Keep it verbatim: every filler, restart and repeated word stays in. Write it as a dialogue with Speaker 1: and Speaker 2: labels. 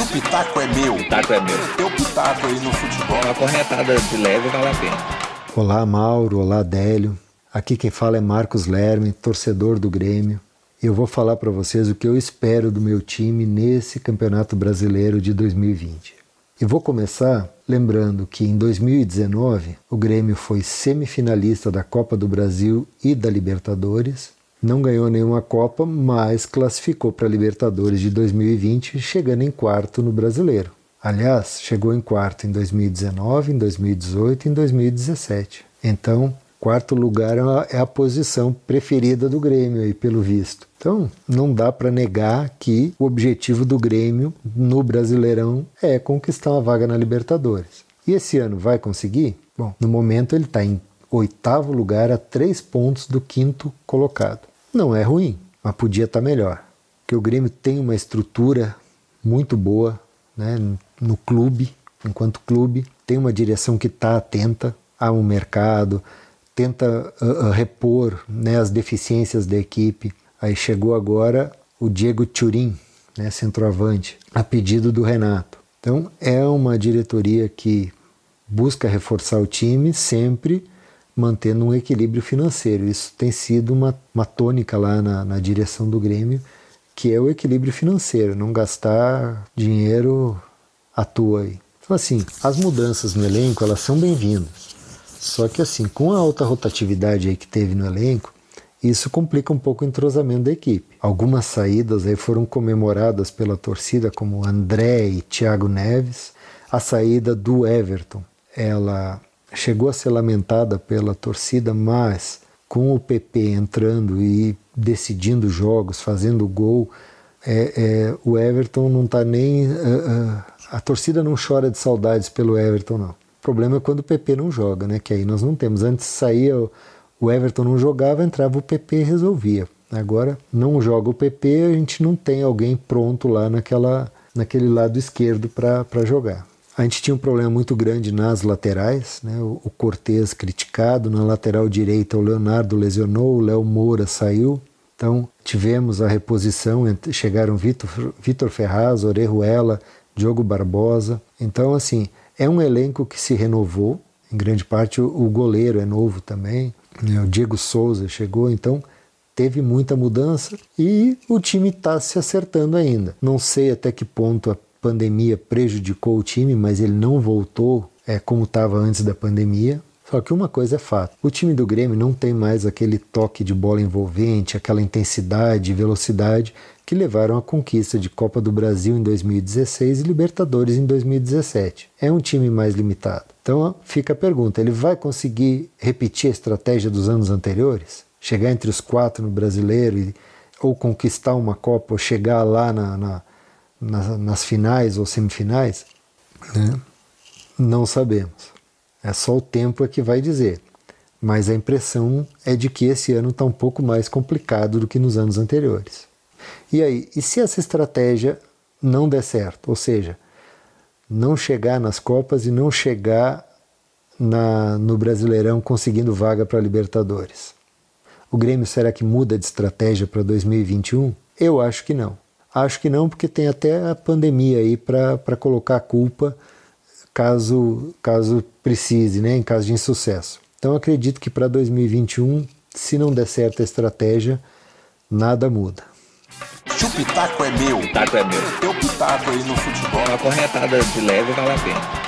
Speaker 1: O pitaco é meu.
Speaker 2: O pitaco é meu.
Speaker 1: Teu pitaco aí no futebol.
Speaker 2: Uma corretada de leve vale a pena.
Speaker 3: Olá, Mauro. Olá, Délio. Aqui quem fala é Marcos Lerme, torcedor do Grêmio. Eu vou falar para vocês o que eu espero do meu time nesse Campeonato Brasileiro de dois mil e vinte. E vou começar lembrando que em dois mil e dezenove o Grêmio foi semifinalista da Copa do Brasil e da Libertadores. Não ganhou nenhuma Copa, mas classificou para a Libertadores de dois mil e vinte, chegando em quarto no Brasileiro. Aliás, chegou em quarto em dois mil e dezenove, em dois mil e dezoito e em dois mil e dezessete. Então, quarto lugar é a posição preferida do Grêmio, aí, pelo visto. Então, não dá para negar que o objetivo do Grêmio no Brasileirão é conquistar uma vaga na Libertadores. E esse ano vai conseguir? Bom, no momento ele está em oitavo lugar, a três pontos do quinto colocado. Não é ruim, mas podia estar melhor. Porque o Grêmio tem uma estrutura muito boa, né, no clube, enquanto clube, tem uma direção que está atenta ao mercado, tenta uh, uh, repor, né, as deficiências da equipe. Aí chegou agora o Diego Turin, né, centroavante, a pedido do Renato. Então é uma diretoria que busca reforçar o time sempre mantendo um equilíbrio financeiro. Isso tem sido uma, uma tônica lá na, na direção do Grêmio, que é o equilíbrio financeiro, não gastar dinheiro à toa aí. Então assim, as mudanças no elenco, elas são bem-vindas. Só que assim, com a alta rotatividade aí que teve no elenco, isso complica um pouco o entrosamento da equipe. Algumas saídas aí foram comemoradas pela torcida, como André e Thiago Neves. A saída do Everton, ela chegou a ser lamentada pela torcida, mas com o P P entrando e decidindo jogos, fazendo gol, é, é, o Everton não está nem... Uh, uh, a torcida não chora de saudades pelo Everton, não. O problema é quando o P P não joga, né? Que aí nós não temos. Antes saía, o Everton não jogava, entrava o P P e resolvia. Agora não joga o P P, a gente não tem alguém pronto lá naquela, naquele lado esquerdo para jogar. A gente tinha um problema muito grande nas laterais, né? O, o Cortez criticado, na lateral direita o Leonardo lesionou, o Léo Moura saiu. Então tivemos a reposição, chegaram Vitor, Vitor Ferraz, Orejuela, Diogo Barbosa. Então assim, é um elenco que se renovou, em grande parte o, o goleiro é novo também, né? O Diego Souza chegou, então teve muita mudança e o time está se acertando ainda. Não sei até que ponto a pandemia prejudicou o time, mas ele não voltou é, como estava antes da pandemia. Só que uma coisa é fato, o time do Grêmio não tem mais aquele toque de bola envolvente, aquela intensidade e velocidade que levaram à conquista de Copa do Brasil em dois mil e dezesseis e Libertadores em dois mil e dezessete. É um time mais limitado. Então fica a pergunta, ele vai conseguir repetir a estratégia dos anos anteriores? Chegar entre os quatro no Brasileiro e, ou conquistar uma Copa, ou chegar lá na, na, na, nas finais ou semifinais? Né? Não sabemos. É só o tempo é que vai dizer. Mas a impressão é de que esse ano está um pouco mais complicado do que nos anos anteriores. E aí, e se essa estratégia não der certo? Ou seja, não chegar nas Copas e não chegar na, no Brasileirão conseguindo vaga para a Libertadores? O Grêmio será que muda de estratégia para dois mil e vinte e um? Eu acho que não. Acho que não, porque tem até a pandemia aí para colocar a culpa caso, caso precise, né, em caso de insucesso. Então acredito que para dois mil e vinte e um, se não der certo a estratégia, nada muda.
Speaker 1: Se o pitaco é meu,
Speaker 2: O pitaco é meu.
Speaker 1: teu pitaco aí no futebol.
Speaker 2: Uma corretada de leve vale a pena.